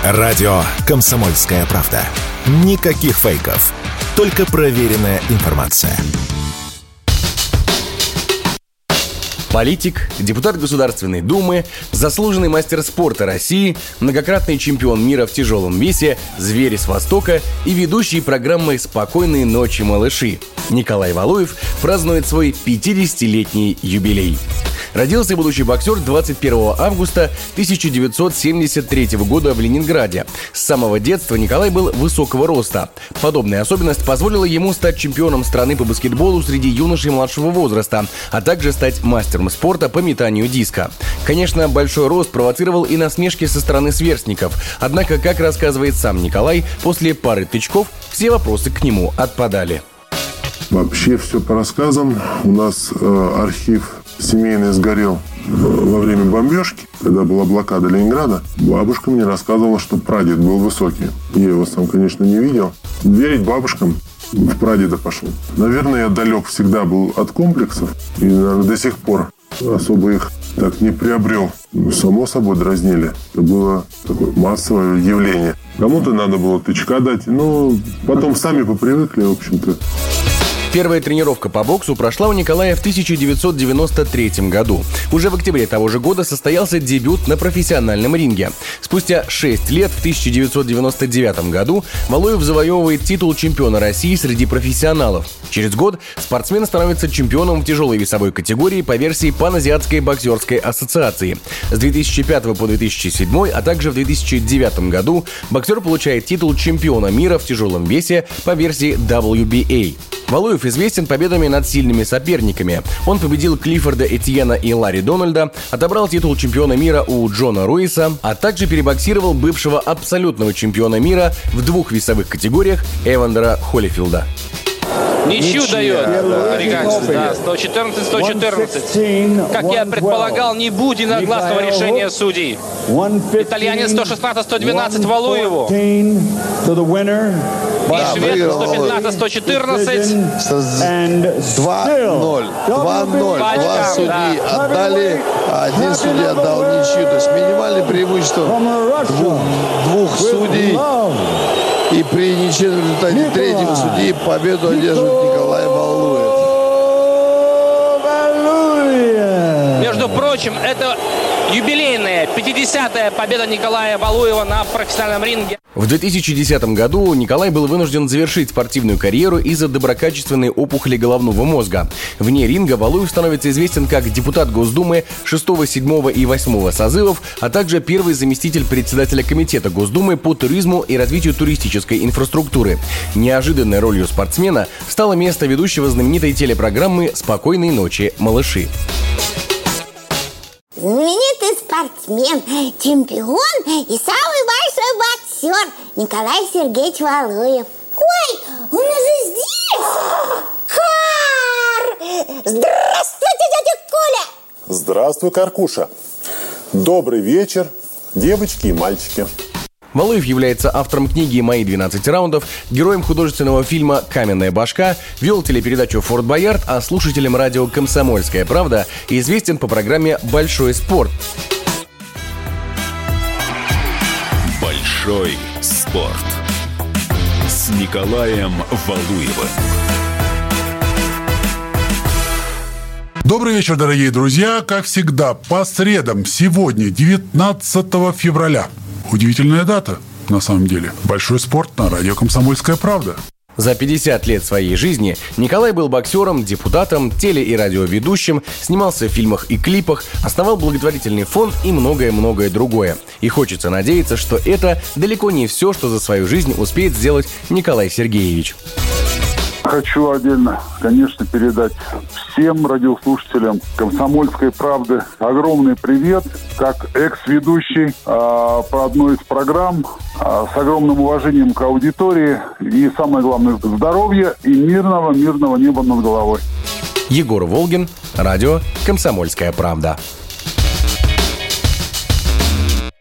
Радио «Комсомольская правда». Никаких фейков. Только проверенная информация. Политик, депутат Государственной Думы, заслуженный мастер спорта России, многократный чемпион мира в тяжелом весе, зверь с Востока и ведущий программы «Спокойной ночи, малыши». Николай Валуев празднует свой 50-летний юбилей. Родился будущий боксер 21 августа 1973 года в Ленинграде. С самого детства Николай был высокого роста. Подобная особенность позволила ему стать чемпионом страны по баскетболу среди юношей младшего возраста, а также стать мастером спорта по метанию диска. Конечно, большой рост провоцировал и насмешки со стороны сверстников. Однако, как рассказывает сам Николай, после пары тычков все вопросы к нему отпадали. Вообще все по рассказам. У нас архив семейный сгорел во время бомбежки, когда была блокада Ленинграда. Бабушка мне рассказывала, что прадед был высокий. Я его сам, конечно, не видел. Верить бабушкам, в прадеда пошел. Наверное, я далек всегда был от комплексов. И, наверное, до сих пор особо их так не приобрел. Само собой дразнили. Это было такое массовое явление. Кому-то надо было тычка дать. Но потом сами попривыкли, в общем-то. Первая тренировка по боксу прошла у Николая в 1993 году. Уже в октябре того же года состоялся дебют на профессиональном ринге. Спустя 6 лет, в 1999 году, Валуев завоевывает титул чемпиона России среди профессионалов. Через год спортсмен становится чемпионом в тяжелой весовой категории по версии Паназиатской боксерской ассоциации. С 2005 по 2007, а также в 2009 году боксер получает титул чемпиона мира в тяжелом весе по версии WBA. Валуев известен победами над сильными соперниками. Он победил Клиффорда Этьена и Ларри Дональда, отобрал титул чемпиона мира у Джона Руиса, а также перебоксировал бывшего абсолютного чемпиона мира в 2 весовых категориях Эвандера Холлифилда. Ничью дает американец, да, 114-114. Как я предполагал, не будет единогласного решения судей. Итальянец 116-112 Валуеву. И швед 115-114. 2-0. 2-0. Два судьи отдали, а один судья отдал ничью. То есть минимальное преимущество двух судей. И при ничьем результате третьего судьи победу одерживает Николай Валуев. Между прочим, это юбилейная 50-я победа Николая Валуева на профессиональном ринге. В 2010 году Николай был вынужден завершить спортивную карьеру из-за доброкачественной опухоли головного мозга. Вне ринга Валуев становится известен как депутат Госдумы 6, 7 и 8 созывов, а также первый заместитель председателя Комитета Госдумы по туризму и развитию туристической инфраструктуры. Неожиданной ролью спортсмена стало место ведущего знаменитой телепрограммы «Спокойной ночи, малыши». Знаменитый спортсмен, чемпион и самый большой боксер Николай Сергеевич Валуев. Ой, он уже здесь! Кар! Здравствуйте, дядя Коля! Здравствуй, Каркуша. Добрый вечер, девочки и мальчики. Валуев является автором книги «Мои 12 раундов», героем художественного фильма «Каменная башка», вел телепередачу «Форт Боярд», а слушателем радио «Комсомольская правда» известен по программе «Большой спорт». Большой спорт с Николаем Валуевым. Добрый вечер, дорогие друзья. Как всегда, по средам, сегодня, 19 февраля. Удивительная дата, на самом деле. Большой спорт на радио «Комсомольская правда». За 50 лет своей жизни Николай был боксером, депутатом, теле- и радиоведущим, снимался в фильмах и клипах, основал благотворительный фонд и многое-многое другое. И хочется надеяться, что это далеко не все, что за свою жизнь успеет сделать Николай Сергеевич. Хочу отдельно, конечно, передать всем радиослушателям «Комсомольской правды» огромный привет, как экс-ведущий по одной из программ, с огромным уважением к аудитории и, самое главное, здоровья и мирного неба над головой. Егор Волгин, радио «Комсомольская правда».